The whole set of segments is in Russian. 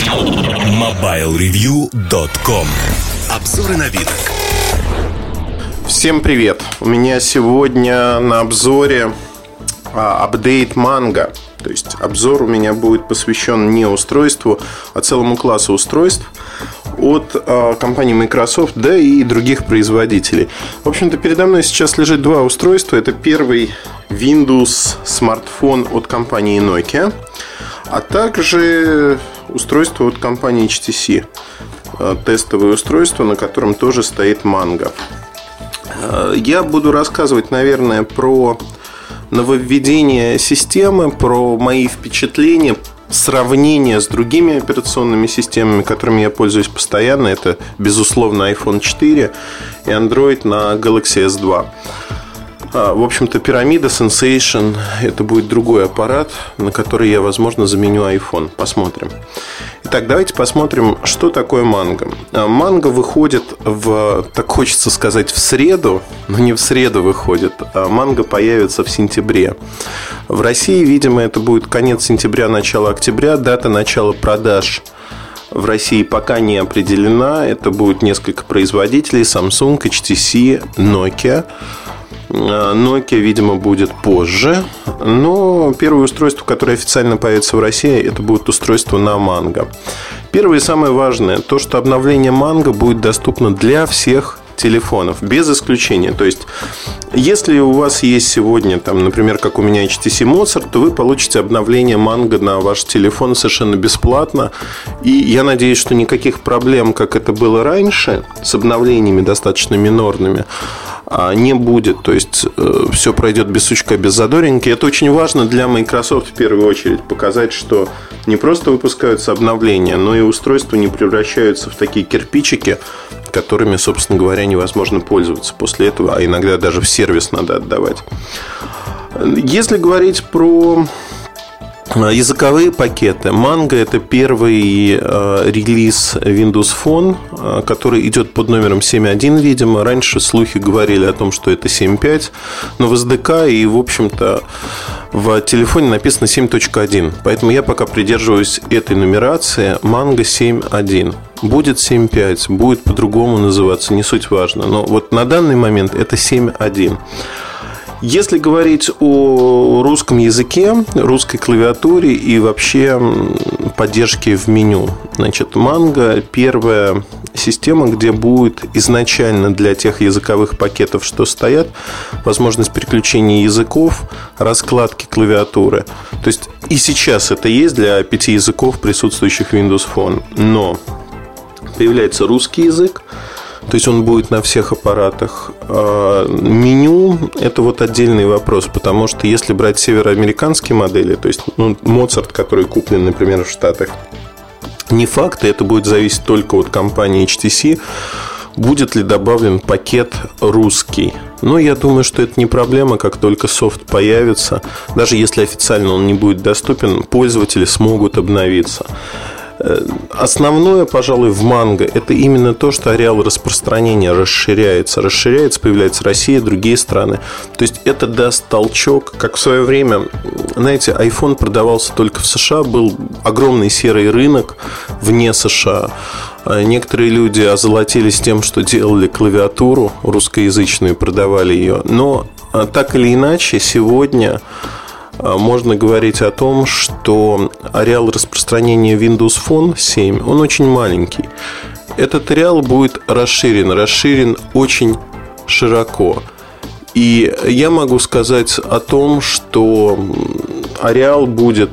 MobileReview.com. Обзоры новинок. Всем привет! У меня сегодня на обзоре апдейт Mango. То есть обзор у меня будет посвящен не устройству, а целому классу устройств от компании Microsoft, да и других производителей. В общем-то, передо мной сейчас лежит два устройства. Это первый Windows смартфон от компании Nokia, а также устройство от компании HTC. Тестовое устройство, на котором тоже стоит Mango. Я буду рассказывать, наверное, про нововведение системы, про мои впечатления, сравнение с другими операционными системами, которыми я пользуюсь постоянно. Это, безусловно, iPhone 4 и Android на Galaxy S2. В общем-то, пирамида, Sensation – это будет другой аппарат, на который я, возможно, заменю iPhone. Посмотрим. Итак, давайте посмотрим, что такое Mango. Mango выходит так хочется сказать, в среду, но не в среду выходит. Mango появится в сентябре. В России, видимо, это будет конец сентября, начало октября. Дата начала продаж в России пока не определена. Это будет несколько производителей: Samsung, HTC, Nokia. Nokia, видимо, будет позже. Но первое устройство, которое официально появится в России, это будет устройство на Mango. Первое и самое важное, то, что обновление Mango будет доступно для всех телефонов, без исключения. То есть, если у вас есть сегодня, там, например, как у меня HTC Mozart, то вы получите обновление Mango на ваш телефон совершенно бесплатно. И я надеюсь, что никаких проблем, как это было раньше, с обновлениями достаточно минорными, не будет. То есть, все пройдет без сучка, без задоринки. Это очень важно для Microsoft в первую очередь, показать, что не просто выпускаются обновления, но и устройства не превращаются в такие кирпичики, которыми, собственно говоря, невозможно пользоваться после этого, а иногда даже в сервис надо отдавать. Если говорить про языковые пакеты, Mango – это первый релиз Windows Phone, который идет под номером 7.1, видимо. Раньше слухи говорили о том, что это 7.5, но в SDK и, в общем-то, в телефоне написано 7.1. Поэтому я пока придерживаюсь этой нумерации. Mango 7.1. Будет 7.5, будет по-другому называться, не суть важно. Но вот на данный момент это 7.1. Если говорить о русском языке, русской клавиатуре и вообще поддержке в меню, значит, Mango – первая система, где будет изначально для тех языковых пакетов, что стоят, возможность переключения языков, раскладки клавиатуры. То есть и сейчас это есть для 5 языков, присутствующих в Windows Phone. Но появляется русский язык, то есть он будет на всех аппаратах. Меню – это вот отдельный вопрос, потому что если брать североамериканские модели, то есть Mozart, который куплен, например, в Штатах, не факт, и это будет зависеть только от компании HTC, будет ли добавлен пакет русский. Но я думаю, что это не проблема. Как только софт появится, даже если официально он не будет доступен, пользователи смогут обновиться. Основное, пожалуй, в Mango – это именно то, что ареал распространения расширяется. Появляется Россия, другие страны. То есть это даст толчок. Как в свое время, знаете, iPhone продавался только в США. Был огромный серый рынок вне США. Некоторые люди озолотились тем, что делали клавиатуру русскоязычную и продавали ее. Но так или иначе, сегодня можно говорить о том, что ареал распространения Windows Phone 7, он очень маленький. Этот ареал будет расширен очень широко. И я могу сказать о том, что ареал будет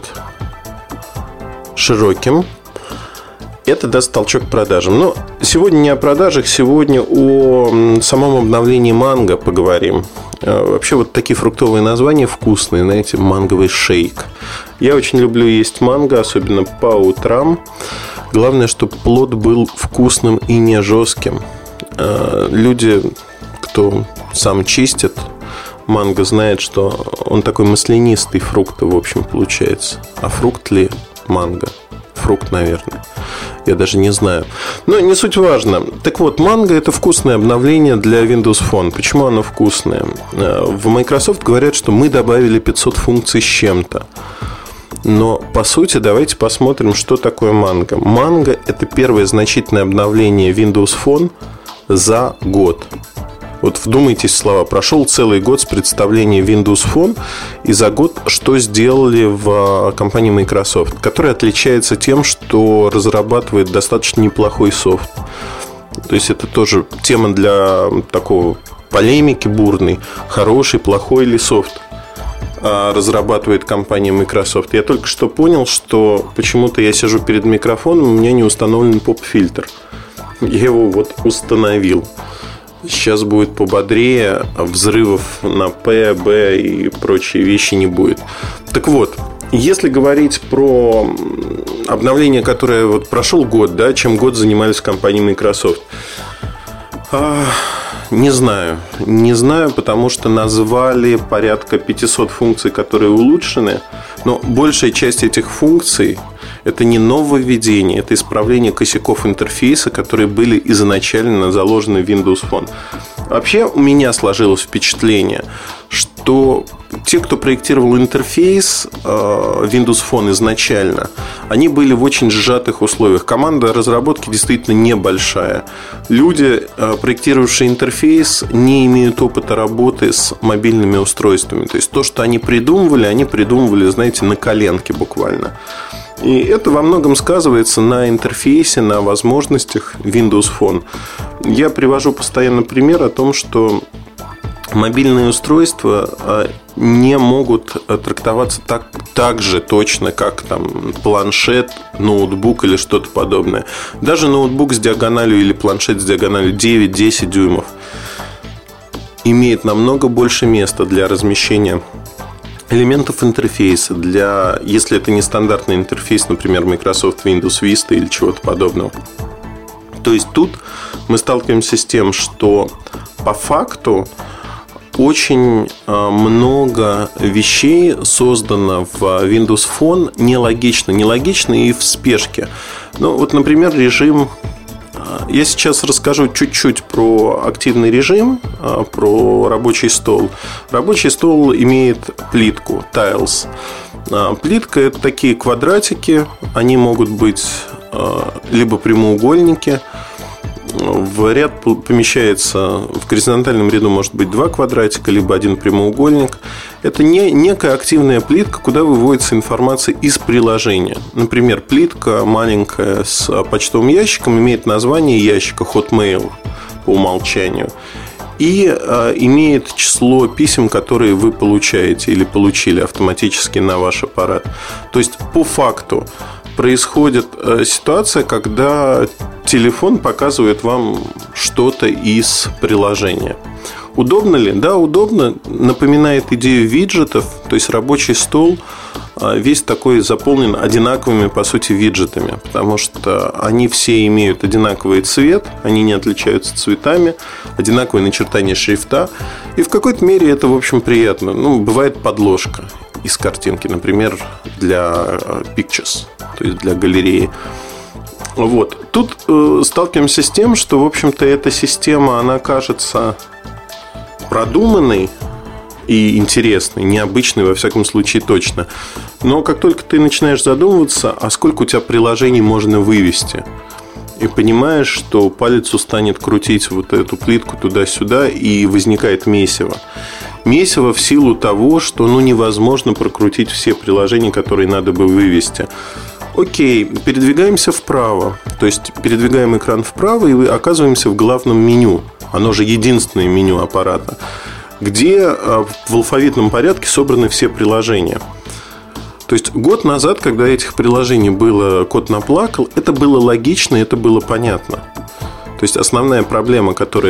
широким. Это даст толчок к продажам. Но сегодня не о продажах, сегодня о самом обновлении Mango поговорим. Вообще вот такие фруктовые названия вкусные, знаете, манговый шейк. Я очень люблю есть манго, особенно по утрам. Главное, чтобы плод был вкусным и не жестким. Люди, кто сам чистит манго, знают, что он такой маслянистый фрукт, в общем, получается. А фрукт ли манго? Фрукт, наверное. Я даже не знаю. Но не суть важно. Так вот, Mango – это вкусное обновление для Windows Phone. Почему оно вкусное? В Microsoft говорят, что мы добавили 500 функций с чем-то. Но, по сути, давайте посмотрим, что такое Mango. Mango – это первое значительное обновление Windows Phone за год. Вот вдумайтесь в слова. Прошел целый год с представления Windows Phone, и за год что сделали в компании Microsoft, которая отличается тем, что разрабатывает достаточно неплохой софт. То есть это тоже тема для такого полемики бурной. Хороший, плохой ли софт разрабатывает компания Microsoft. Я только что понял, что почему-то я сижу перед микрофоном, у меня не установлен поп-фильтр. Я его вот установил. Сейчас будет пободрее, взрывов на П, Б и прочие вещи не будет. Так вот, если говорить про обновление, которое вот прошел год, да, чем год занимались в компании Microsoft, не знаю, потому что назвали порядка 500 функций, которые улучшены, но большая часть этих функций это не нововведение, это исправление косяков интерфейса, которые были изначально заложены в Windows Phone. Вообще у меня сложилось впечатление, что те, кто проектировал интерфейс Windows Phone изначально, они были в очень сжатых условиях. Команда разработки действительно небольшая. Люди, проектировавшие интерфейс, не имеют опыта работы с мобильными устройствами. То есть то, что они придумывали, знаете, на коленке буквально. И это во многом сказывается на интерфейсе, на возможностях Windows Phone. Я привожу постоянно пример о том, что мобильные устройства не могут трактоваться так же точно, как там планшет, ноутбук или что-то подобное. Даже ноутбук с диагональю или планшет с диагональю 9-10 дюймов имеет намного больше места для размещения элементов интерфейса, если это не стандартный интерфейс, например, Microsoft Windows Vista или чего-то подобного. То есть тут мы сталкиваемся с тем, что по факту очень много вещей создано в Windows Phone нелогично и в спешке. Ну, вот, например, режим. Я сейчас расскажу чуть-чуть про активный режим, про рабочий стол. Рабочий стол имеет плитку, tiles. Плитка – это такие квадратики, они могут быть либо прямоугольники. В ряд помещается, в горизонтальном ряду может быть 2 квадратика, либо один прямоугольник. Это некая активная плитка, куда выводится информация из приложения. Например, плитка маленькая с почтовым ящиком имеет название ящика Hotmail по умолчанию и имеет число писем, которые вы получаете или получили автоматически на ваш аппарат. То есть по факту происходит ситуация, когда телефон показывает вам что-то из приложения. Удобно ли? Да, удобно. Напоминает идею виджетов. То есть рабочий стол весь такой заполнен одинаковыми, по сути, виджетами. Потому что они все имеют одинаковый цвет, они не отличаются цветами, одинаковые начертания шрифта. И в какой-то мере это, в общем, приятно. Бывает подложка из картинки, например, для Pictures, то есть для галереи. Вот. Тут сталкиваемся с тем, что, в общем-то, эта система, она кажется продуманной и интересной, необычной, во всяком случае, точно. Но как только ты начинаешь задумываться, а сколько у тебя приложений можно вывести, и понимаешь, что палец устанет крутить вот эту плитку туда-сюда, и возникает месиво. Месиво в силу того, что невозможно прокрутить все приложения, которые надо бы вывести. Окей, передвигаемся вправо. То есть передвигаем экран вправо и оказываемся в главном меню. Оно же единственное меню аппарата, где в алфавитном порядке собраны все приложения. То есть год назад, когда этих приложений было кот наплакал, это было логично, это было понятно. То есть основная проблема, которая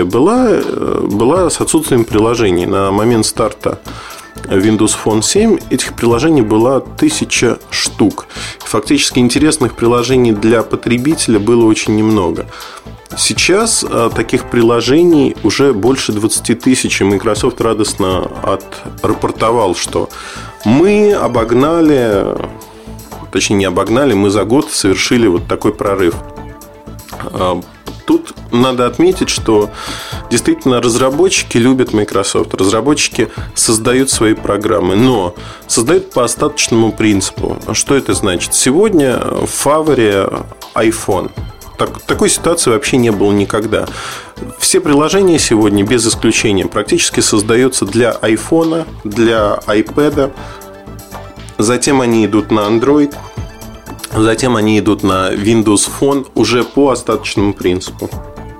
была с отсутствием приложений. На момент старта Windows Phone 7 этих приложений было 1000 штук. Фактически интересных приложений для потребителя было очень немного. Сейчас таких приложений уже больше 20 тысяч, и Microsoft радостно отрапортовал, что мы обогнали, точнее не обогнали, мы за год совершили вот такой прорыв. тут надо отметить, что действительно разработчики любят Microsoft. Разработчики создают свои программы, но создают по остаточному принципу. Что это значит? Сегодня в фаворе iPhone. Такой ситуации вообще не было никогда. Все приложения сегодня, без исключения, практически создаются для iPhone, для iPad. Затем они идут на Android. Затем они идут на Windows Phone уже по остаточному принципу.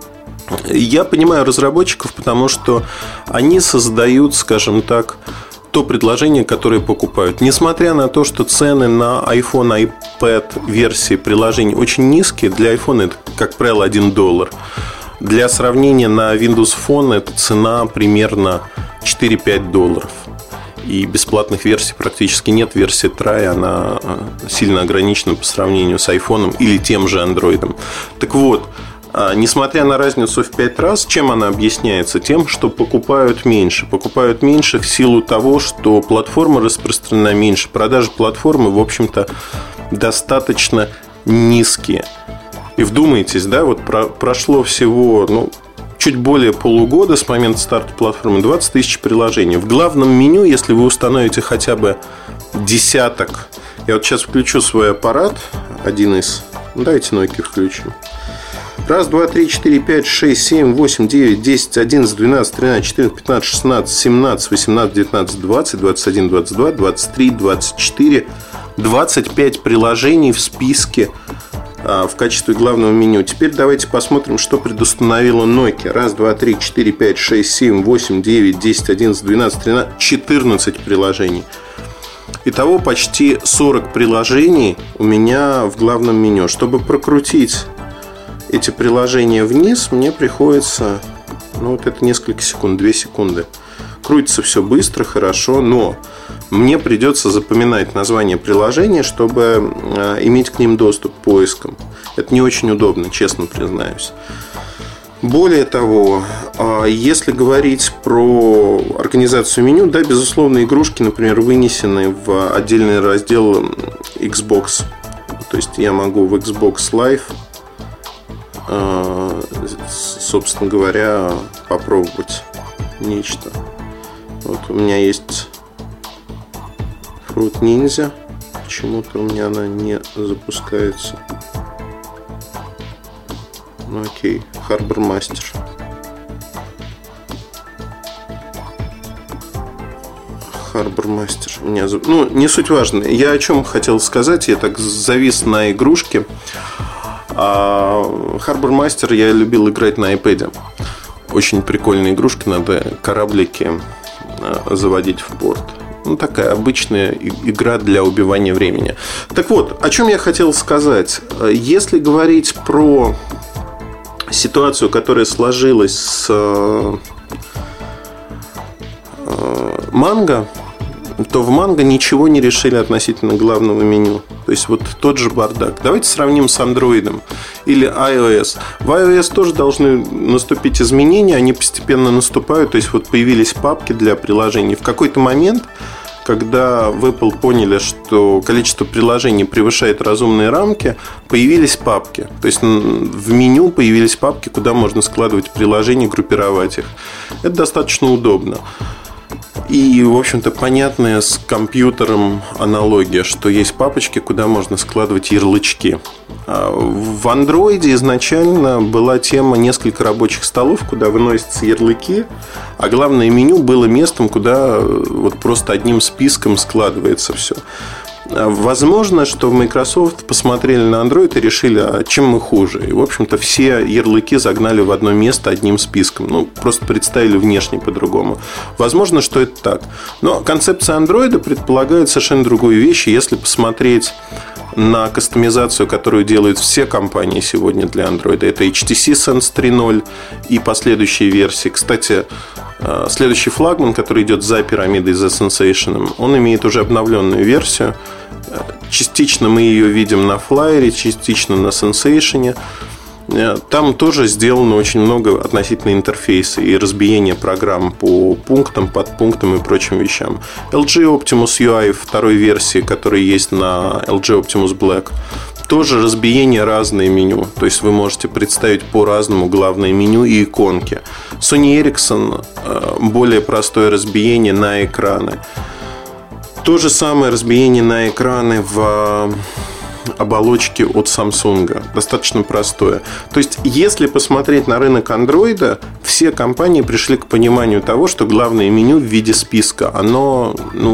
Я понимаю разработчиков, потому что они создают, скажем так, то предложение, которое покупают. Несмотря на то, что цены на iPhone, iPad версии приложений очень низкие, для iPhone это, как правило, $1. Для сравнения, на Windows Phone эта цена примерно $4-5. И бесплатных версий практически нет. Версия Try, она сильно ограничена по сравнению с iPhone или тем же Android. Так вот, несмотря на разницу в 5 раз, чем она объясняется? Тем, что покупают меньше. Покупают меньше в силу того, что платформа распространена меньше. Продажи платформы, в общем-то, достаточно низкие. И вдумайтесь, да, вот прошло всего, чуть более полугода с момента старта платформы, 20 тысяч приложений. В главном меню, если вы установите хотя бы десяток. Я вот сейчас включу свой аппарат, один из. Давайте Nokia включим. 1, 2, 3, 4, 5, 6, 7, 8, 9, 10, 11, 12, 13, 14, 15, 16, 17, 18, 19, 20, 21, 22, 23, 24, 25 приложений в списке в качестве главного меню. Теперь давайте посмотрим, что предустановила Nokia. 1, 2, 3, 4, 5, 6, 7, 8, 9, 10, 11, 12, 13, 14 приложений. Итого почти 40 приложений у меня в главном меню. Чтобы прокрутить эти приложения вниз, мне приходится, это несколько секунд, 2 секунды. Крутится все быстро, хорошо, но мне придется запоминать название приложения, чтобы иметь к ним доступ поиском. Это не очень удобно, честно признаюсь. Более того, если говорить про организацию меню, да, безусловно, игрушки, например, вынесены в отдельный раздел Xbox. То есть я могу в Xbox Live, собственно говоря, попробовать нечто. Вот у меня есть Fruit Ninja. Почему-то у меня она не запускается. Окей, Harbor Master. Harbor Master. У меня... не суть важно. Я о чем хотел сказать. Я так завис на игрушке. Harbor Master я любил играть на iPad. Очень прикольная игрушка. Надо кораблики заводить в порт. Такая обычная игра для убивания времени. Так вот, о чем я хотел сказать. Если говорить про ситуацию, которая сложилась с Mango, то в Mango ничего не решили относительно главного меню. То есть вот тот же бардак. Давайте сравним с Android или iOS. В iOS тоже должны наступить изменения. Они постепенно наступают. То есть вот появились папки для приложений. В какой-то момент, когда в Apple поняли, что количество приложений превышает разумные рамки, появились папки. То есть в меню появились папки, куда можно складывать приложения, группировать их. Это достаточно удобно. И, в общем-то, понятная с компьютером аналогия, что есть папочки, куда можно складывать ярлычки. В Android изначально была тема несколько рабочих столов, куда выносятся ярлыки, а главное меню было местом, куда вот просто одним списком складывается все. Возможно, что в Microsoft посмотрели на Android и решили, а чем мы хуже. И, в общем-то, все ярлыки загнали в одно место одним списком. Просто представили внешне по-другому. Возможно, что это так. Но концепция Android предполагает совершенно другую вещь. Если посмотреть на кастомизацию, которую делают все компании сегодня для Android, это HTC Sense 3.0 и последующие версии. Кстати, следующий флагман, который идет за пирамидой, за Sensation, он имеет уже обновленную версию. Частично мы ее видим на Flyer, частично на Sensation. Там тоже сделано очень много относительно интерфейса и разбиения программ по пунктам, подпунктам и прочим вещам. LG Optimus UI второй версии, которая есть на LG Optimus Black, Тоже разбиение разное меню. То есть вы можете представить по-разному главное меню и иконки. Sony Ericsson более простое разбиение на экраны. То же самое разбиение на экраны в оболочке от Samsung. Достаточно простое. То есть, если посмотреть на рынок Android, все компании пришли к пониманию того, что главное меню в виде списка, оно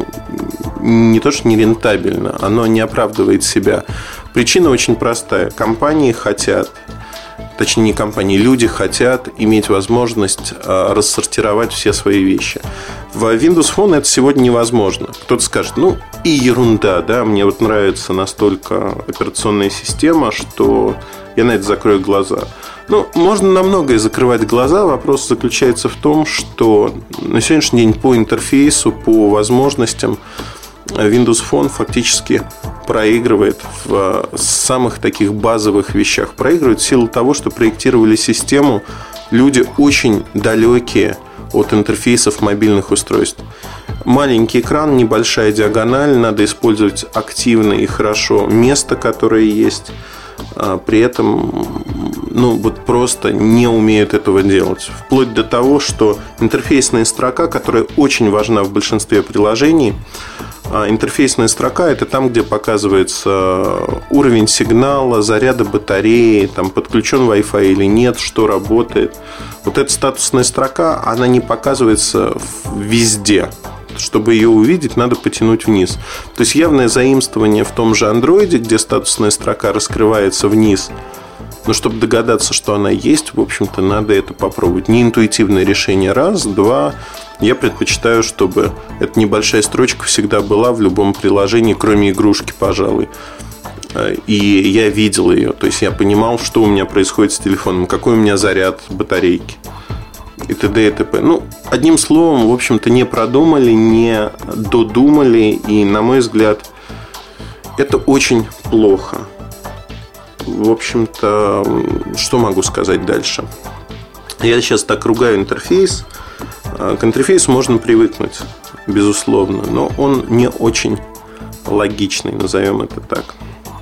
не то что не рентабельно, оно не оправдывает себя. Причина очень простая. Компании хотят, точнее не компании, люди хотят иметь возможность рассортировать все свои вещи. В Windows Phone это сегодня невозможно. Кто-то скажет, и ерунда, да, мне вот нравится настолько операционная система, что я на это закрою глаза. Можно на многое закрывать глаза. Вопрос заключается в том, что на сегодняшний день по интерфейсу, по возможностям Windows Phone фактически проигрывает в самых таких базовых вещах. Проигрывает в силу того, что проектировали систему люди очень далекие от интерфейсов мобильных устройств. Маленький экран, небольшая диагональ, надо использовать активно и хорошо место, которое есть. При этом просто не умеют этого делать. Вплоть до того, что интерфейсная строка, которая очень важна в большинстве приложений, интерфейсная строка – это там, где показывается уровень сигнала, заряда батареи, там, подключен Wi-Fi или нет, что работает. Вот эта статусная строка, она не показывается везде. Чтобы ее увидеть, надо потянуть вниз. То есть явное заимствование в том же Android, где статусная строка раскрывается вниз. Но чтобы догадаться, что она есть, в общем-то, надо это попробовать. Неинтуитивное решение. Раз, два. Я предпочитаю, чтобы эта небольшая строчка всегда была в любом приложении, кроме игрушки, пожалуй. И я видел ее. То есть я понимал, что у меня происходит с телефоном, какой у меня заряд батарейки. И т.д. и т.п. Одним словом, в общем-то, не продумали, не додумали. И, на мой взгляд, это очень плохо. В общем-то, что могу сказать дальше? Я сейчас так ругаю интерфейс. К интерфейсу можно привыкнуть, безусловно, но он не очень логичный, назовем это так.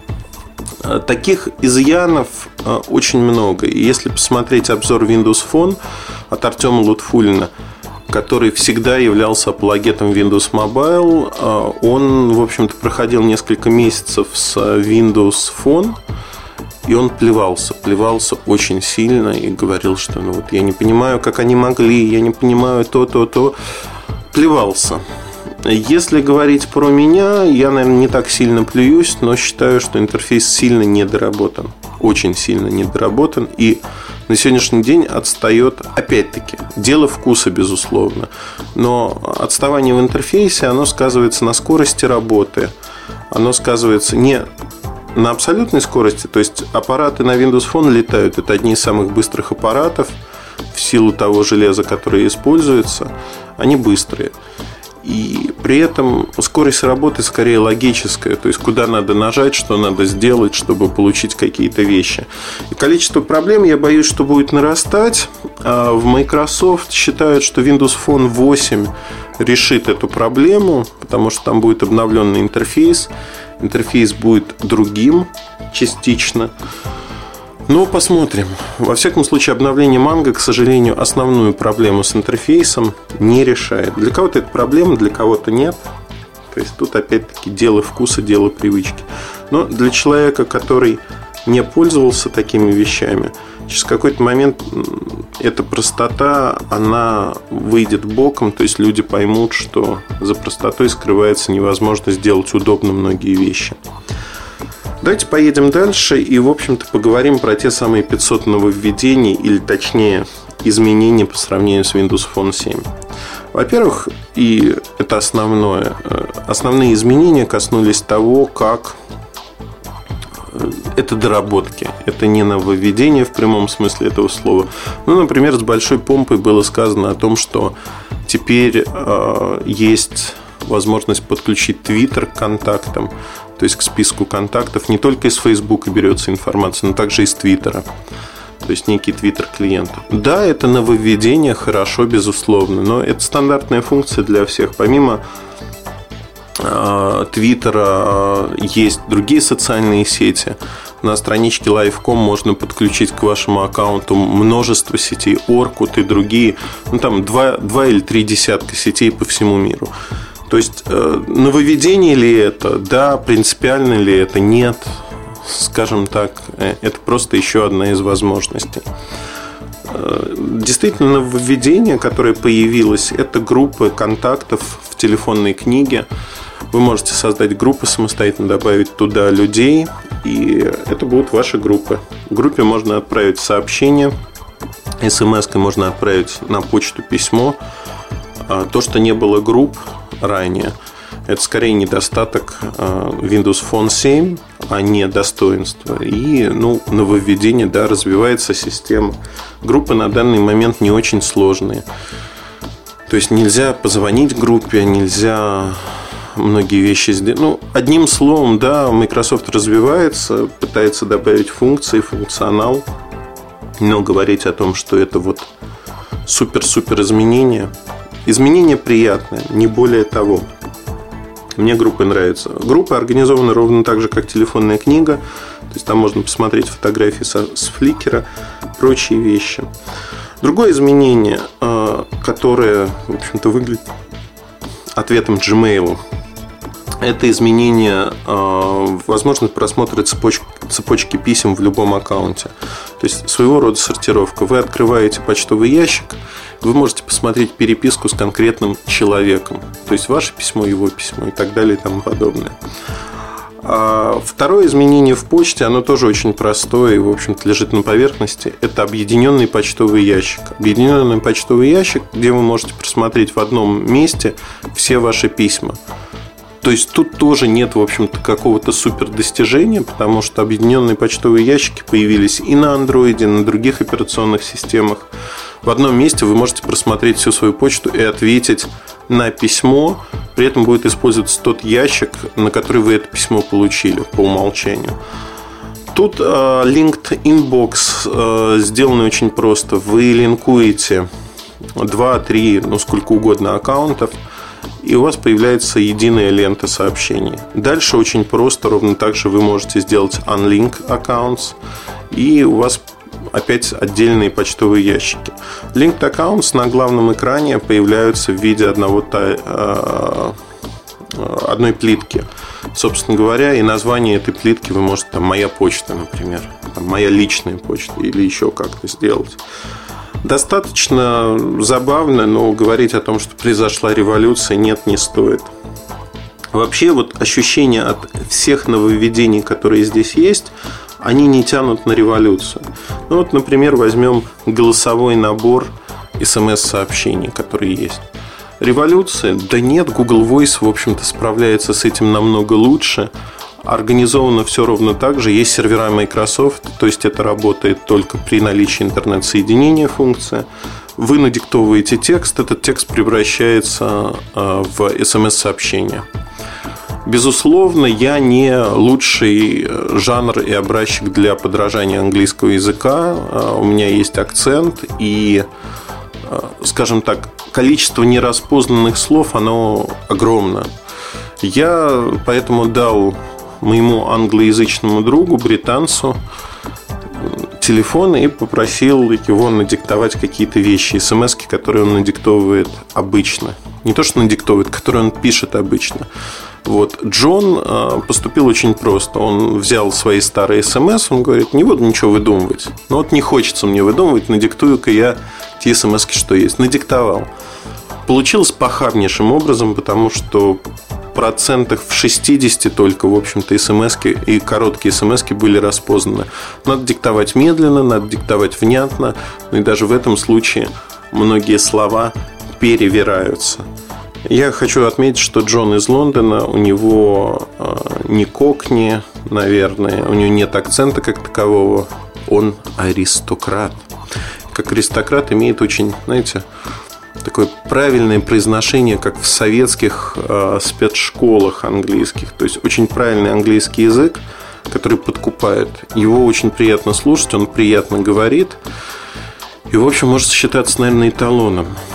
Таких изъянов очень много. И если посмотреть обзор Windows Phone от Артема Лутфуллина, который всегда являлся апологетом Windows Mobile, он, в общем-то, проходил несколько месяцев с Windows Phone, и он плевался очень сильно и говорил, что я не понимаю, как они могли, я не понимаю то. Плевался. Если говорить про меня, я, наверное, не так сильно плююсь, но считаю, что интерфейс сильно недоработан. Очень сильно недоработан. И на сегодняшний день отстает, опять-таки, дело вкуса, безусловно. Но отставание в интерфейсе, оно сказывается на скорости работы. Оно сказывается не на абсолютной скорости. То есть аппараты на Windows Phone летают. Это одни из самых быстрых аппаратов в силу того железа, которое используется. Они быстрые. И при этом скорость работы скорее логическая. То есть куда надо нажать, что надо сделать, чтобы получить какие-то вещи. И количество проблем, я боюсь, что будет нарастать. В Microsoft считают, что Windows Phone 8 решит эту проблему, потому что там будет обновленный интерфейс. Интерфейс будет другим частично. Но посмотрим. Во всяком случае, обновление Mango, к сожалению, основную проблему с интерфейсом не решает. Для кого-то это проблема, для кого-то нет. То есть тут опять-таки дело вкуса, дело привычки. Но для человека, который не пользовался такими вещами, через какой-то момент эта простота, она выйдет боком. То есть люди поймут, что за простотой скрывается невозможность сделать удобно многие вещи. Давайте поедем дальше и, в общем-то, поговорим про те самые 500 нововведений, или точнее изменений по сравнению с Windows Phone 7. Во-первых, и это основное, основные изменения коснулись того, как это доработки. Это не нововведение в прямом смысле этого слова. Например, с большой помпой было сказано о том, что теперь есть возможность подключить Twitter к контактам, то есть к списку контактов. Не только из Facebook берется информация, но также из Twitter. То есть некий Twitter-клиент. Да, это нововведение, хорошо, безусловно, но это стандартная функция для всех. Помимо Твиттера есть другие социальные сети. На страничке Live.com можно подключить к вашему аккаунту множество сетей, Orkut и другие. Там 2 или 3 десятка сетей по всему миру. То есть, нововведение ли это? Да. Принципиально ли это? Нет. Скажем так, это просто еще одна из возможностей. Действительно, нововведение, которое появилось, это группы контактов в телефонной книге. Вы можете создать группы, самостоятельно добавить туда людей, и это будут ваши группы. В группе можно отправить сообщение, смс-кой можно отправить на почту письмо. То, что не было групп ранее, это скорее недостаток Windows Phone 7, а не достоинство. И нововведение, да, развивается система. Группы на данный момент не очень сложные. То есть нельзя позвонить группе, нельзя многие вещи сделать. Одним словом, да, Microsoft развивается, пытается добавить функции, функционал. Но говорить о том, что это вот супер-супер изменения. Изменения приятные, не более того. Мне группы нравятся. Группы организованы ровно так же, как телефонная книга. То есть там можно посмотреть фотографии с фликера, прочие вещи. Другое изменение, которое, в общем-то, выглядит ответом Gmail, это изменение возможность просмотра цепочки писем в любом аккаунте. То есть своего рода сортировка. Вы открываете почтовый ящик, вы можете посмотреть переписку с конкретным человеком. То есть ваше письмо, его письмо и так далее и тому подобное. Второе изменение в почте, оно тоже очень простое и, в общем-то, лежит на поверхности. Это объединенный почтовый ящик. Объединенный почтовый ящик, где вы можете просмотреть в одном месте все ваши письма. То есть тут тоже нет, в общем-то, какого-то супер достижения, потому что объединенные почтовые ящики появились и на Android, и на других операционных системах. В одном месте вы можете просмотреть всю свою почту и ответить на письмо. При этом будет использоваться тот ящик, на который вы это письмо получили по умолчанию. Тут Linked Inbox сделано очень просто. Вы линкуете 2-3, сколько угодно аккаунтов, и у вас появляется единая лента сообщений. Дальше очень просто, ровно так же вы можете сделать Unlink Accounts, и у вас опять отдельные почтовые ящики. Linked Accounts на главном экране появляются в виде одной плитки. Собственно говоря, и название этой плитки вы можете, «Моя почта», например, «Моя личная почта» или еще как-то сделать. Достаточно забавно, но говорить о том, что произошла революция, нет, не стоит. Вообще, ощущения от всех нововведений, которые здесь есть, они не тянут на революцию. Например, возьмем голосовой набор СМС-сообщений, которые есть. Революция? Да нет, Google Voice, в общем-то, справляется с этим намного лучше. Организовано все ровно так же. Есть сервера Microsoft, то есть это работает только при наличии интернет-соединения функция. Вы надиктовываете текст, этот текст превращается в СМС-сообщение. Безусловно, я не лучший жанр и образчик для подражания английского языка. У меня есть акцент и, скажем так, количество нераспознанных слов, оно огромно. Я поэтому дал моему англоязычному другу, британцу, телефон и попросил его надиктовать какие-то вещи, смс-ки, которые он надиктовывает обычно. Не то, что надиктовывает, которые он пишет обычно. Джон поступил очень просто. Он взял свои старые смс, он говорит: не буду ничего выдумывать. Не хочется мне выдумывать, надиктую-ка я те смс-ки, что есть. Надиктовал. Получилось похабнейшим образом, потому что процентах в 60 только, в общем-то, смс-ки и короткие смс-ки были распознаны. Надо диктовать медленно, надо диктовать внятно. И даже в этом случае многие слова перевираются. Я хочу отметить, что Джон из Лондона, у него не кокни, наверное, у него нет акцента как такового. Он аристократ. Как аристократ имеет очень, такое правильное произношение, как в советских спецшколах английских. То есть очень правильный английский язык, который подкупает. Его очень приятно слушать, он приятно говорит. И, в общем, может считаться, наверное, эталоном.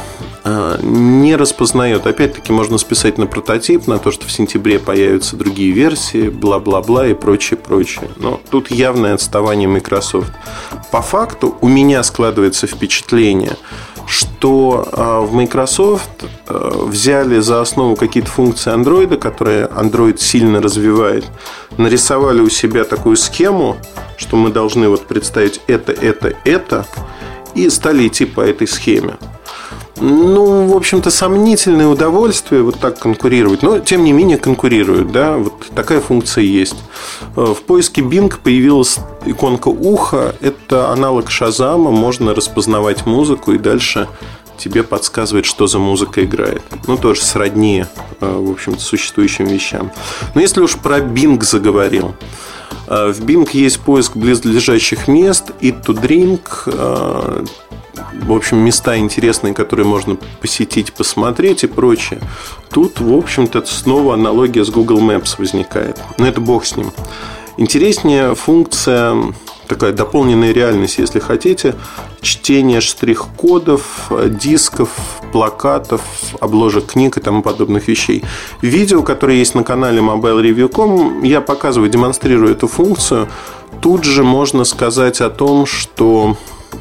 не распознает. Опять-таки можно списать на прототип, на то, что в сентябре появятся другие версии, бла-бла-бла и прочее. Но тут явное отставание Microsoft. По факту у меня складывается впечатление, что в Microsoft взяли за основу какие-то функции Android, которые Android сильно развивает, нарисовали у себя такую схему, что мы должны вот представить это, и стали идти по этой схеме. Ну, в общем-то, сомнительное удовольствие вот так конкурировать. Но, тем не менее, конкурируют, да, вот такая функция есть. В поиске Bing появилась иконка уха. Это аналог Шазама. Можно распознавать музыку и дальше тебе подсказывает, что за музыка играет. Ну, тоже сродни, в общем-то, существующим вещам. Но если уж про Bing заговорил, в Bing есть поиск близлежащих мест, Eat to Drink, в общем, места интересные, которые можно посетить, посмотреть и прочее. Тут, в общем-то, снова аналогия с Google Maps возникает. Но это бог с ним. Интереснее функция, такая дополненная реальность, если хотите, чтение штрих-кодов, дисков, плакатов, обложек книг и тому подобных вещей. Видео, которое есть на канале MobileReview.com, я показываю, демонстрирую эту функцию. Тут же можно сказать о том, что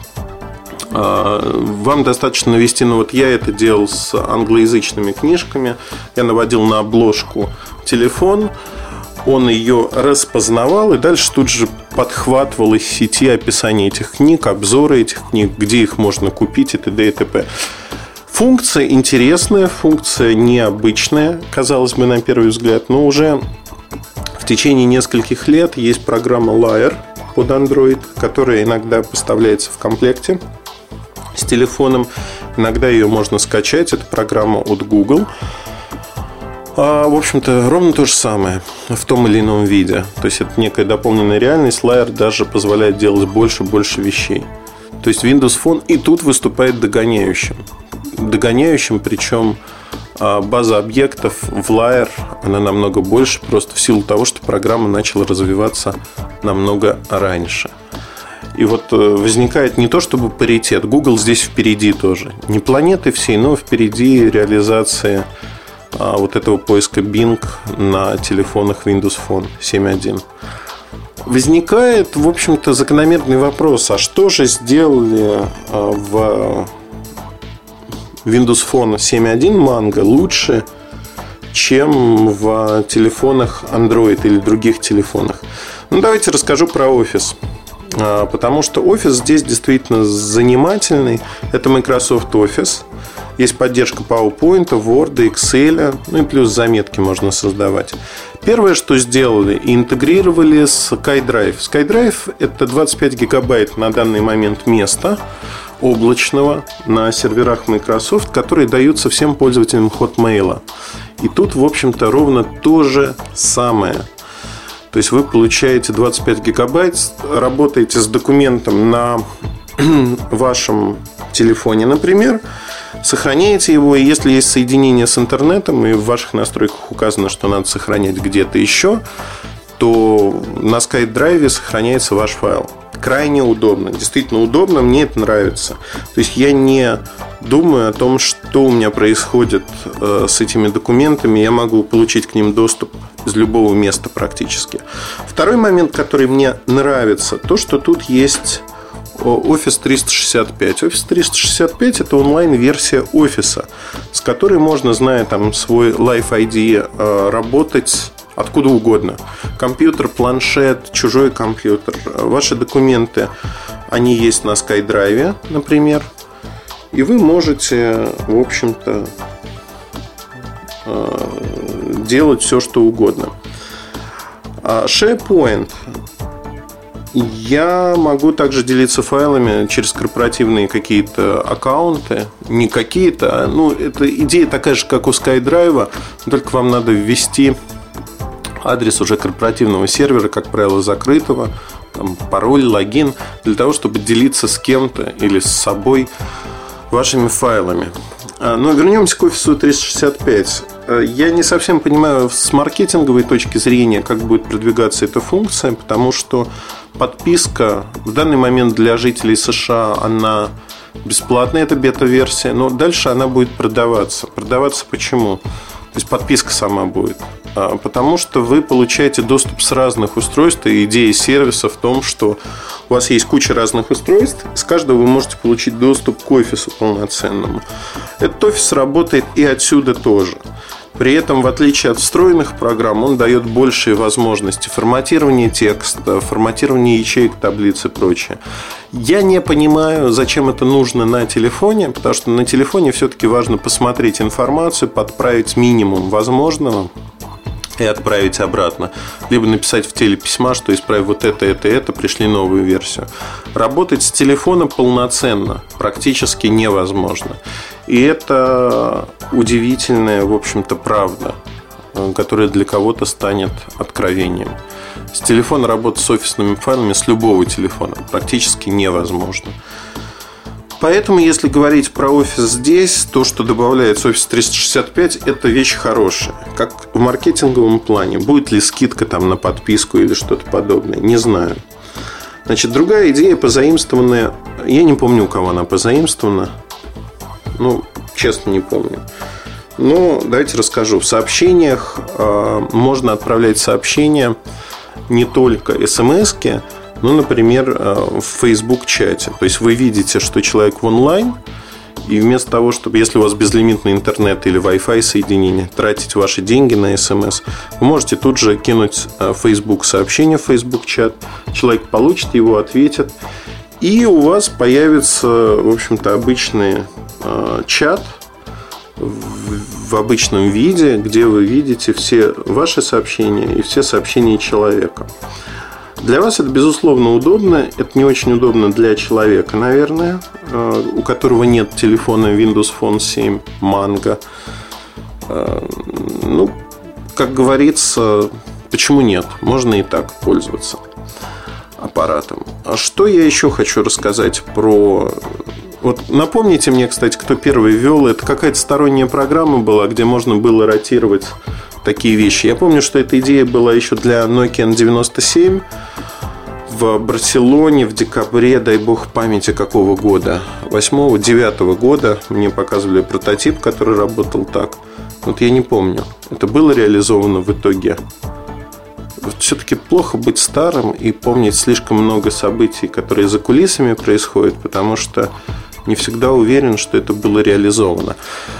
вам достаточно навести, ну вот я это делал с англоязычными книжками. Я наводил на обложку телефон, он ее распознавал и дальше тут же подхватывал из сети описание этих книг, обзоры этих книг, где их можно купить и т.д. и т.п. Функция интересная, функция необычная, казалось бы, на первый взгляд, но уже в течение нескольких лет есть программа Lyre под Android, которая иногда поставляется в комплекте с телефоном. Иногда ее можно скачать. Это программа от Google. В общем-то, ровно то же самое в том или ином виде. То есть, это некая дополненная реальность. Lyre даже позволяет делать больше вещей. То есть, Windows Phone и тут выступает догоняющим. Причем база объектов в Lyre, она намного больше, просто в силу того, что программа начала развиваться намного раньше. И вот возникает не то чтобы паритет. Google здесь впереди тоже. Не планеты всей, но впереди реализация вот этого поиска Bing на телефонах Windows Phone 7.1. Возникает, в общем-то, закономерный вопрос. А что же сделали в Windows Phone 7.1 Mango лучше, чем в телефонах Android или других телефонах? Ну, давайте расскажу про Office. Потому что Office здесь действительно занимательный. Это Microsoft Office. Есть поддержка PowerPoint, Word, Excel. Ну и плюс заметки можно создавать. Первое, что сделали, интегрировали с SkyDrive. SkyDrive – это 25 гигабайт на данный момент места облачного на серверах Microsoft, которые даются всем пользователям Hotmail. И тут, в общем-то, ровно то же самое. То есть вы получаете 25 гигабайт, работаете с документом на вашем телефоне, например, сохраняете его, и если есть соединение с интернетом, и в ваших настройках указано, что надо сохранять где-то еще, то на SkyDrive сохраняется ваш файл. Крайне удобно, действительно удобно, мне это нравится. То есть я не думаю о том, что у меня происходит с этими документами. Я могу получить к ним доступ из любого места практически. Второй момент, который мне нравится, то, что тут есть Office 365. Office 365 – это онлайн-версия Office, с которой можно, зная там свой Live ID, работать откуда угодно. Компьютер, планшет, чужой компьютер. Ваши документы, они есть на SkyDrive, например. И вы можете, в общем-то, делать все, что угодно. SharePoint. Я могу также делиться файлами через корпоративные какие-то аккаунты. Не какие-то, это идея такая же, как у SkyDrive, только вам надо ввести адрес уже корпоративного сервера, как правило, закрытого, там, пароль, логин, для того, чтобы делиться с кем-то или с собой вашими файлами. Но вернемся к Office 365. Я не совсем понимаю с маркетинговой точки зрения, как будет продвигаться эта функция, потому что подписка в данный момент для жителей США, она бесплатная, это бета-версия, но дальше она будет продаваться. Продаваться почему? То есть подписка сама будет. Потому что вы получаете доступ с разных устройств. И идея сервиса в том, что у вас есть куча разных устройств. С каждого вы можете получить доступ к офису полноценному. Этот офис работает и отсюда тоже. При этом, в отличие от встроенных программ, он дает большие возможности форматирования текста, форматирования ячеек, таблиц и прочее. Я не понимаю, зачем это нужно на телефоне, потому что на телефоне все-таки важно посмотреть информацию, подправить минимум возможного и отправить обратно. Либо написать в теле письма, что исправив вот это, пришли новую версию. Работать с телефона полноценно практически невозможно. И это удивительная, в общем-то, правда, которая для кого-то станет откровением. С телефона работать с офисными файлами с любого телефона практически невозможно. Поэтому, если говорить про офис здесь, то, что добавляется Office 365, это вещь хорошая. Как в маркетинговом плане. Будет ли скидка там на подписку или что-то подобное, не знаю. Значит, другая идея, позаимствованная. Я не помню, у кого она позаимствована. Честно, не помню. Но давайте расскажу. В сообщениях можно отправлять сообщения не только смс-ки, например, в Facebook-чате. То есть вы видите, что человек в онлайн, и вместо того, чтобы, если у вас безлимитный интернет или Wi-Fi соединение, тратить ваши деньги на смс, вы можете тут же кинуть Facebook сообщение в Facebook-чат. Человек получит его, ответит. И у вас появится, в общем-то, обычный чат в обычном виде, где вы видите все ваши сообщения и все сообщения человека. Для вас это, безусловно, удобно. Это не очень удобно для человека, наверное, у которого нет телефона Windows Phone 7 Mango. Как говорится, почему нет? Можно и так пользоваться аппаратом. А что я еще хочу рассказать про... напомните мне, кстати, кто первый ввел. Это какая-то сторонняя программа была, где можно было ротировать такие вещи. Я помню, что эта идея была еще для Nokia N97 в Барселоне в декабре, дай бог памяти какого года, 8-9 года. Мне показывали прототип, который работал так. Я не помню, это было реализовано в итоге. Все-таки плохо быть старым и помнить слишком много событий, которые за кулисами происходят, потому что не всегда уверен, что это было реализовано.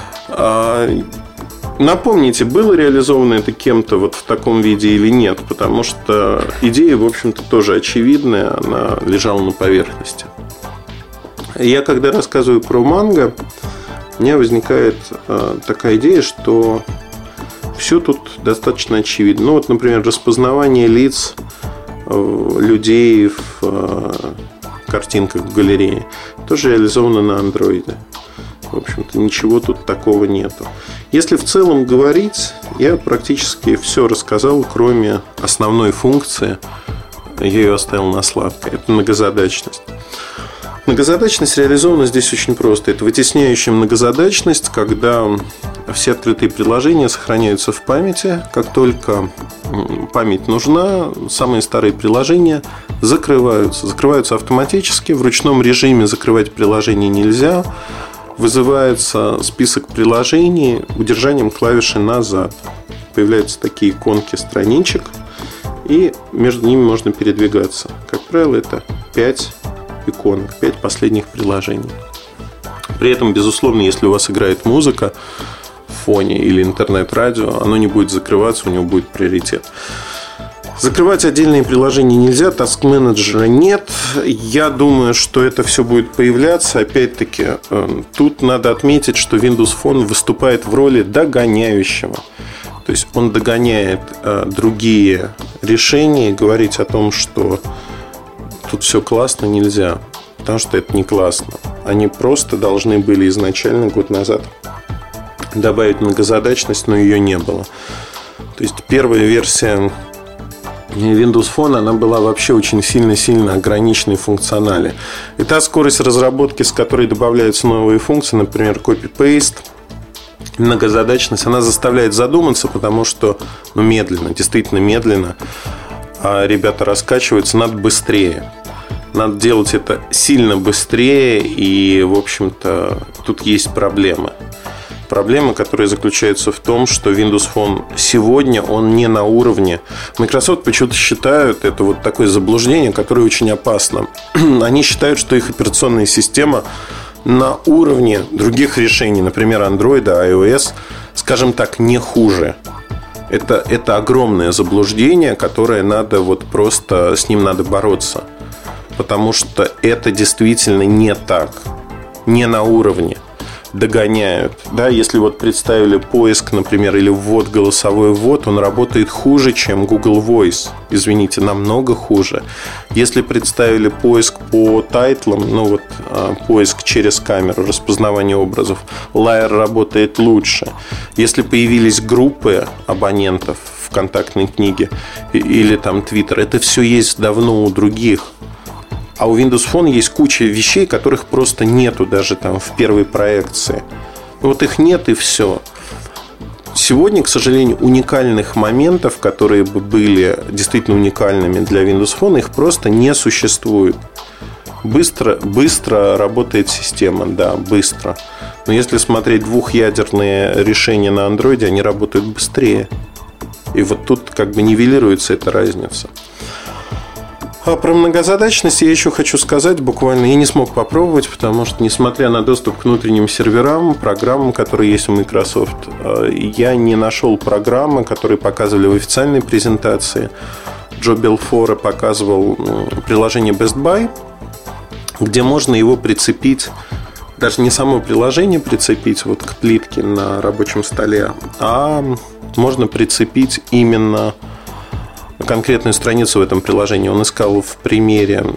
Напомните, было реализовано это кем-то в таком виде или нет, потому что идея, в общем-то, тоже очевидная, она лежала на поверхности. Я, когда рассказываю про Mango, у меня возникает такая идея, что все тут достаточно очевидно. Например, распознавание лиц людей в картинках в галерее тоже реализовано на андроиде. В общем-то, ничего тут такого нету. Если в целом говорить, я практически все рассказал, кроме основной функции. Я ее оставил на сладкое. Это многозадачность. Многозадачность реализована здесь очень просто. Это вытесняющая многозадачность, когда все открытые приложения сохраняются в памяти. Как только память нужна, самые старые приложения закрываются. Закрываются автоматически. В ручном режиме закрывать приложение нельзя. Вызывается список приложений удержанием клавиши назад. Появляются такие иконки страничек, и между ними можно передвигаться. Как правило, это 5 иконок, 5 последних приложений. При этом, безусловно, если у вас играет музыка в фоне или интернет-радио, оно не будет закрываться, у него будет приоритет. Закрывать отдельные приложения нельзя, таск-менеджера нет. Я думаю, что это все будет появляться. Опять-таки, тут надо отметить, что Windows Phone выступает в роли догоняющего. То есть он догоняет другие решения. И говорить о том, что тут все классно, нельзя. Потому что это не классно. Они просто должны были изначально, год назад, добавить многозадачность, но ее не было. То есть первая версия Windows Phone, она была вообще очень сильно ограниченной в функционале. И та скорость разработки, с которой добавляются новые функции, например, copy-paste, многозадачность, она заставляет задуматься, потому что медленно, действительно медленно, а ребята раскачиваются, надо быстрее. Надо делать это сильно быстрее. И, в общем-то, тут есть проблемы. Проблема, которая заключается в том, что Windows Phone сегодня, он не на уровне. Microsoft почему-то считают, это вот такое заблуждение, которое очень опасно. Они считают, что их операционная система на уровне других решений, например, Android, iOS, скажем так, не хуже. Это огромное заблуждение, которое надо вот просто с ним надо бороться. Потому что это действительно не так, не на уровне. Догоняют. Да, если вот представили поиск, например, или ввод, голосовой ввод, он работает хуже, чем Google Voice. Извините, намного хуже. Если представили поиск по тайтлам, ну вот поиск через камеру, распознавание образов, Lyre работает лучше. Если появились группы абонентов в контактной книге или там Twitter, это все есть давно у других. А у Windows Phone есть куча вещей, которых просто нету даже там в первой проекции. Вот их нет и все. Сегодня, к сожалению, уникальных моментов, которые бы были действительно уникальными для Windows Phone, их просто не существует. Быстро работает система, да, быстро. Но если смотреть двухъядерные решения на Android, они работают быстрее. И вот тут как бы нивелируется эта разница. А про многозадачность я еще хочу сказать буквально. Я не смог попробовать, потому что, несмотря на доступ к внутренним серверам, программам, которые есть у Microsoft, я не нашел программы, которые показывали в официальной презентации. Джо Белфоре показывал приложение Best Buy, где можно его прицепить, даже не само приложение прицепить вот к плитке на рабочем столе, а можно прицепить именно конкретную страницу в этом приложении. Он искал в примере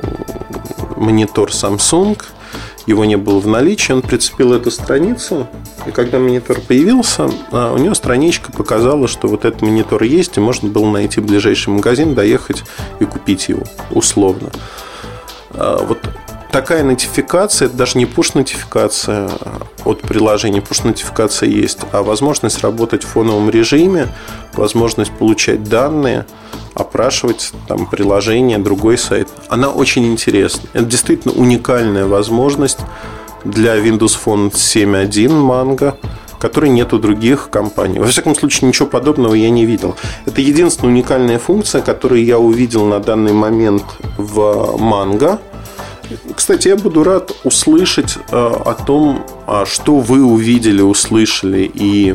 монитор Samsung, его не было в наличии, он прицепил эту страницу, и когда монитор появился, у него страничка показала, что вот этот монитор есть, и можно было найти ближайший магазин, доехать и купить его, условно. Вот такая нотификация, это даже не push-нотификация от приложения, push-нотификация есть, а возможность работать в фоновом режиме, возможность получать данные, опрашивать там приложение, другой сайт. Она очень интересна. Это действительно уникальная возможность для Windows Phone 7.1 Mango, которой нет у других компаний. Во всяком случае, ничего подобного я не видел. Это единственная уникальная функция, которую я увидел на данный момент в Mango. Кстати, я буду рад услышать о том, что вы увидели, услышали и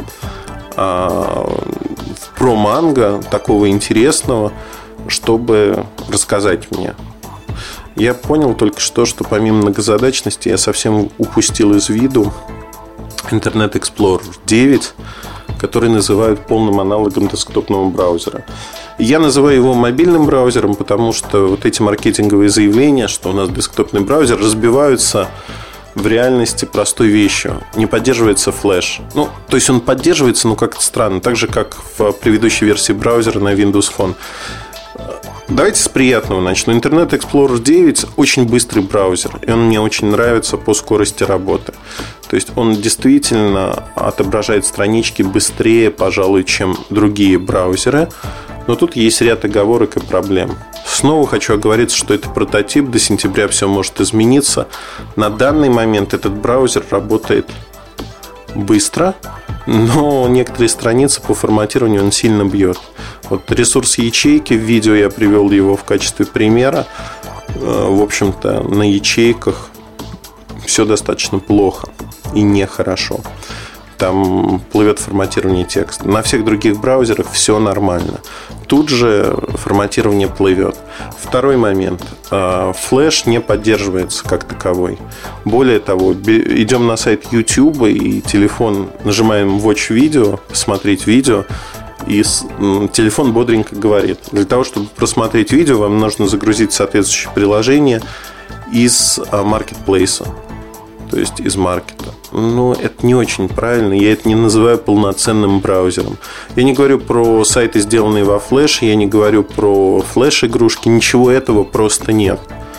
про Mango такого интересного, чтобы рассказать мне. Я понял только что помимо многозадачности я совсем упустил из виду Internet Explorer 9, который называют полным аналогом десктопного браузера. Я называю его мобильным браузером, потому что вот эти маркетинговые заявления, что у нас десктопный браузер, разбиваются в реальности простой вещью. Не поддерживается флеш. То есть он поддерживается, но как-то странно. Так же, как в предыдущей версии браузера на Windows Phone. Давайте с приятного начну. Internet Explorer 9 очень быстрый браузер. И он мне очень нравится по скорости работы. То есть он действительно отображает странички быстрее, пожалуй, чем другие браузеры. Но тут есть ряд оговорок и проблем. Снова хочу оговориться, что это прототип. До сентября все может измениться. На данный момент этот браузер работает быстро, но некоторые страницы по форматированию он сильно бьет. Вот ресурс ячейки в видео я привел его в качестве примера. В общем-то, на ячейках все достаточно плохо и нехорошо. Там плывет форматирование текста. На всех других браузерах все нормально. Тут же форматирование плывет. Второй момент. Флэш не поддерживается как таковой. Более того, идем на сайт YouTube и телефон, нажимаем Watch Video, посмотреть видео, и телефон бодренько говорит: для того, чтобы просмотреть видео, вам нужно загрузить соответствующее приложение из маркетплейса, то есть из маркета. Но это не очень правильно. Я это не называю полноценным браузером. Я не говорю про сайты, сделанные во флеш. Я не говорю про флеш-игрушки. Ничего этого просто нет.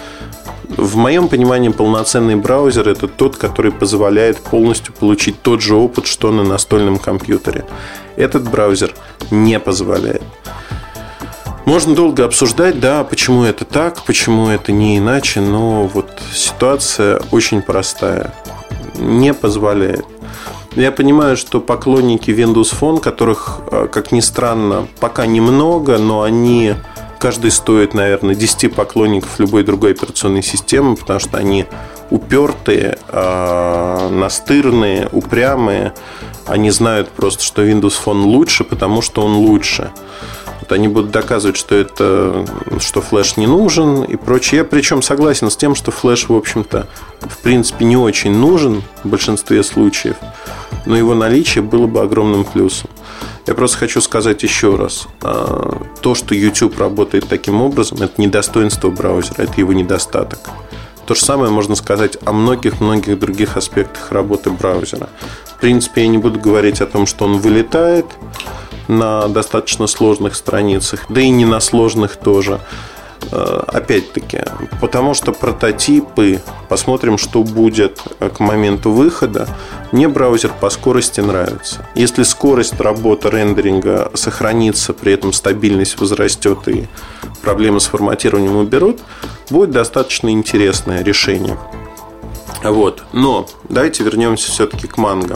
В моем понимании полноценный браузер — это тот, который позволяет полностью получить тот же опыт, что на настольном компьютере. Этот браузер не позволяет. Можно долго обсуждать, да, почему это так, почему это не иначе, но вот ситуация очень простая. Не позволяет. Я понимаю, что поклонники Windows Phone, которых, как ни странно, пока немного, но они, каждый стоит, наверное, 10 поклонников любой другой операционной системы, потому что они упертые, настырные, упрямые. Они знают просто, что Windows Phone лучше, потому что он лучше. Вот они будут доказывать, что флеш не нужен и прочее. Я причем согласен с тем, что флеш, в общем-то, в принципе, не очень нужен в большинстве случаев, но его наличие было бы огромным плюсом. Я просто хочу сказать еще раз. То, что YouTube работает таким образом, это не достоинство браузера, это его недостаток. То же самое можно сказать о многих-многих других аспектах работы браузера. В принципе, я не буду говорить о том, что он вылетает на достаточно сложных страницах, да и не на сложных тоже. Опять-таки, потому что прототипы, посмотрим, что будет к моменту выхода. Мне браузер по скорости нравится. Если скорость работы рендеринга сохранится, при этом стабильность возрастет и проблемы с форматированием уберут, будет достаточно интересное решение. Вот. Но давайте вернемся все-таки к Mango.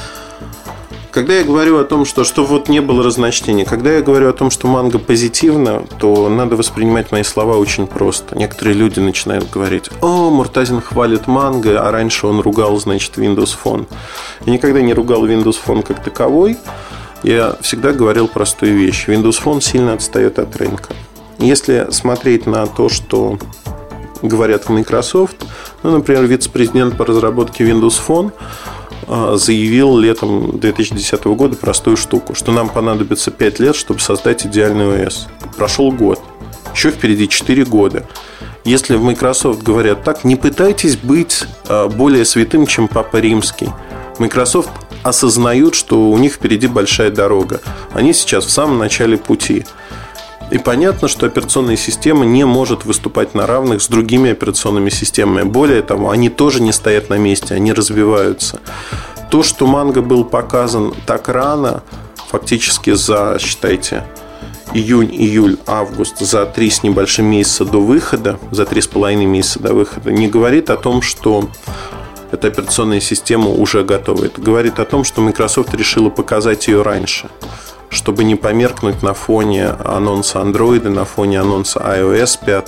Когда я говорю о том, что вот не было разночтения, когда я говорю о том, что Mango позитивно, то надо воспринимать мои слова очень просто. Некоторые люди начинают говорить: «О, Муртазин хвалит Mango, а раньше он ругал, значит, Windows Phone». Я никогда не ругал Windows Phone как таковой. Я всегда говорил простую вещь: Windows Phone сильно отстает от рынка. Если смотреть на то, что говорят в Microsoft, например, вице-президент по разработке Windows Phone заявил летом 2010 года простую штуку, что нам понадобится 5 лет, чтобы создать идеальный ОС. Прошел год. Еще впереди 4 года. Если в Microsoft говорят так, не пытайтесь быть более святым, чем Папа Римский. Microsoft осознают, что у них впереди большая дорога. Они сейчас в самом начале пути. И понятно, что операционная система не может выступать на равных с другими операционными системами. Более того, они тоже не стоят на месте, они развиваются. То, что Mango был показан так рано, фактически за, считайте, июнь, июль, август, за 3 с небольшим месяца до выхода, за 3,5 месяца до выхода, не говорит о том, что эта операционная система уже готова. Это говорит о том, что Microsoft решила показать ее раньше, чтобы не померкнуть на фоне анонса Android, на фоне анонса iOS 5.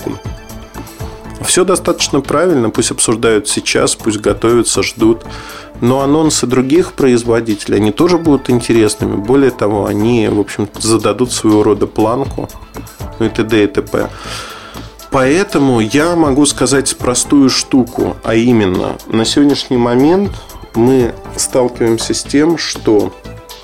Все достаточно правильно, пусть обсуждают сейчас, пусть готовятся, ждут. Но анонсы других производителей, они тоже будут интересными. Более того, они, в общем, зададут своего рода планку, и т.д. и т.п. Поэтому я могу сказать простую штуку, а именно, на сегодняшний момент мы сталкиваемся с тем, что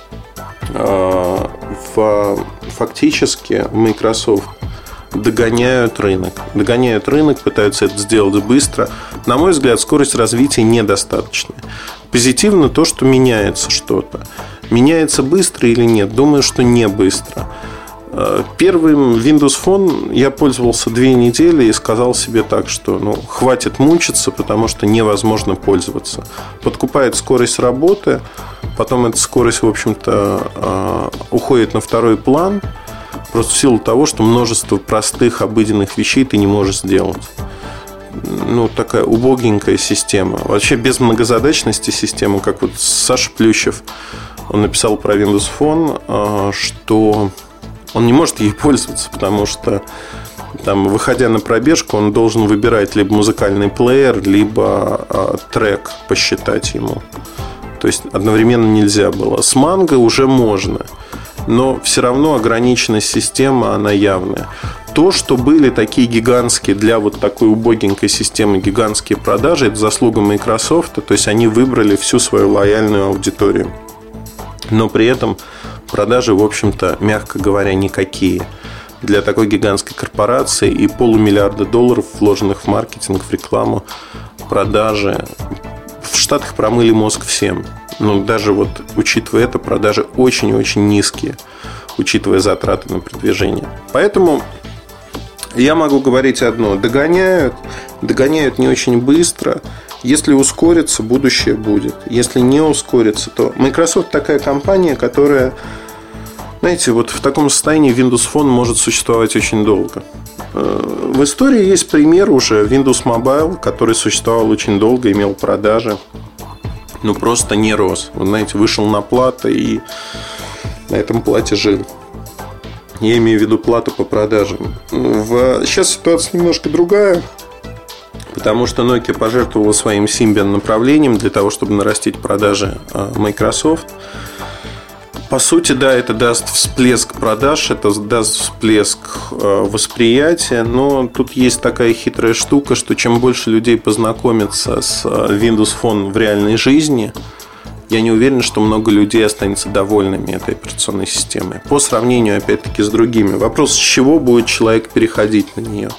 фактически Microsoft догоняют рынок, пытаются это сделать быстро. На мой взгляд, скорость развития недостаточная. Позитивно то, что меняется что-то. Меняется быстро или нет? Думаю, что не быстро. Первым Windows Phone я пользовался 2 недели и сказал себе так, что хватит мучиться, потому что невозможно пользоваться. Подкупает скорость работы, потом эта скорость, в общем-то, уходит на второй план, просто в силу того, что множество простых, обыденных вещей ты не можешь сделать. Такая убогенькая система. Вообще без многозадачности системы, как вот Саша Плющев, он написал про Windows Phone, что он не может ей пользоваться, потому что выходя на пробежку, он должен выбирать либо музыкальный плеер, либо трек посчитать ему. То есть одновременно нельзя было. С Mango уже можно, но все равно ограниченность системы, она явная. То, что были такие гигантские, для вот такой убогенькой системы гигантские продажи, это заслуга Microsoft. То есть они выбрали всю свою лояльную аудиторию. Но при этом продажи, в общем-то, мягко говоря, никакие. Для такой гигантской корпорации и $500 миллиарда, вложенных в маркетинг, в рекламу, продажи в Штатах промыли мозг всем. Но даже вот учитывая это, продажи очень-очень низкие, учитывая затраты на продвижение. Поэтому я могу говорить одно: догоняют не очень быстро. Если ускорится, будущее будет. Если не ускорится, то Microsoft такая компания, которая Знаете, вот в таком состоянии Windows Phone может существовать очень долго. В истории есть пример уже Windows Mobile, который существовал очень долго, имел продажи, но просто не рос. Вы знаете, вышел на плату и на этом плате жил. Я имею в виду плату по продажам. Сейчас ситуация немножко другая, потому что Nokia пожертвовала своим Symbian направлением для того, чтобы нарастить продажи Microsoft. По сути, да, это даст всплеск продаж, это даст всплеск восприятия, но тут есть такая хитрая штука, что чем больше людей познакомится с Windows Phone в реальной жизни, я не уверен, что много людей останется довольными этой операционной системой. По сравнению, опять-таки, с другими. Вопрос, с чего будет человек переходить на нее?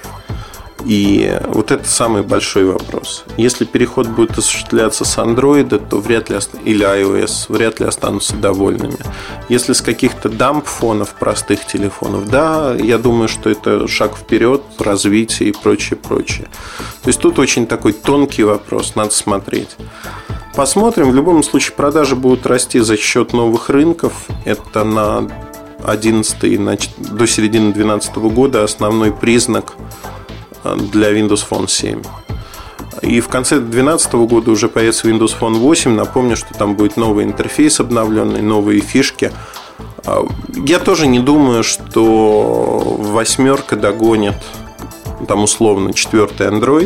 И вот это самый большой вопрос. Если переход будет осуществляться с Android, то вряд ли, или iOS, вряд ли останутся довольными. Если с каких-то дамп-фонов, простых телефонов, да, я думаю, что это шаг вперед, развитие и прочее. То есть тут очень такой тонкий вопрос, надо смотреть. Посмотрим. В любом случае продажи будут расти за счет новых рынков. Это на 11 до середины 2012 года основной признак для Windows Phone 7. И в конце 2012 года уже появится Windows Phone 8. Напомню, что там будет новый интерфейс обновленный, новые фишки. Я тоже не думаю, что восьмерка догонит там условно 4-й Android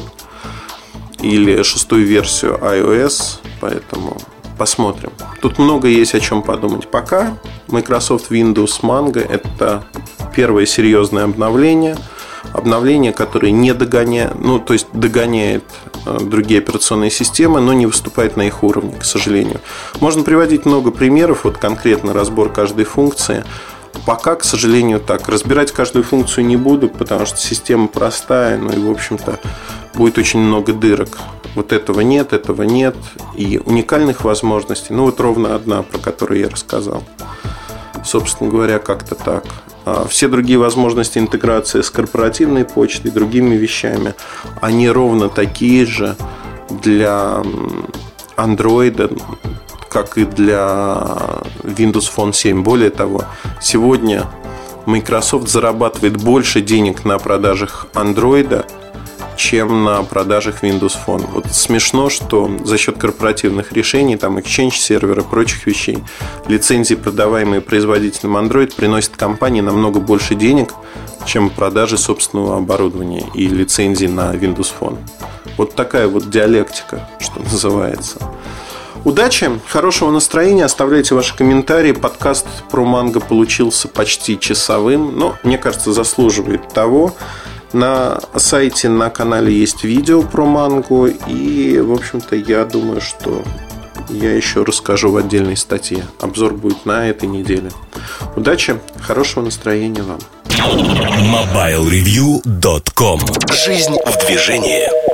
или 6-ю версию iOS. Поэтому посмотрим. Тут много есть о чем подумать. Пока Microsoft Windows Mango — это первое серьезное обновление, которое не догоняет, то есть догоняет другие операционные системы, но не выступает на их уровне, к сожалению. Можно приводить много примеров, вот конкретно разбор каждой функции. Пока, к сожалению, так. Разбирать каждую функцию не буду, потому что система простая, и, в общем-то, будет очень много дырок. Вот этого нет. И уникальных возможностей, вот ровно одна, про которую я рассказал. Собственно говоря, как-то так. Все другие возможности интеграции с корпоративной почтой и другими вещами, они ровно такие же для Android, как и для Windows Phone 7. Более того, сегодня Microsoft зарабатывает больше денег на продажах Android, чем на продажах Windows Phone. Вот смешно, что за счет корпоративных решений, там Exchange сервера и прочих вещей, лицензии, продаваемые производителем Android, приносят компании намного больше денег, чем продажи собственного оборудования и лицензий на Windows Phone. Вот такая вот диалектика, что называется. Удачи, хорошего настроения, оставляйте ваши комментарии. Подкаст про манго получился почти часовым, но, мне кажется, заслуживает того. На сайте, на канале есть видео про мангу. И, в общем-то, я думаю, что я еще расскажу в отдельной статье. Обзор будет на этой неделе. Удачи, хорошего настроения вам. MobileReview.com. Жизнь в движении.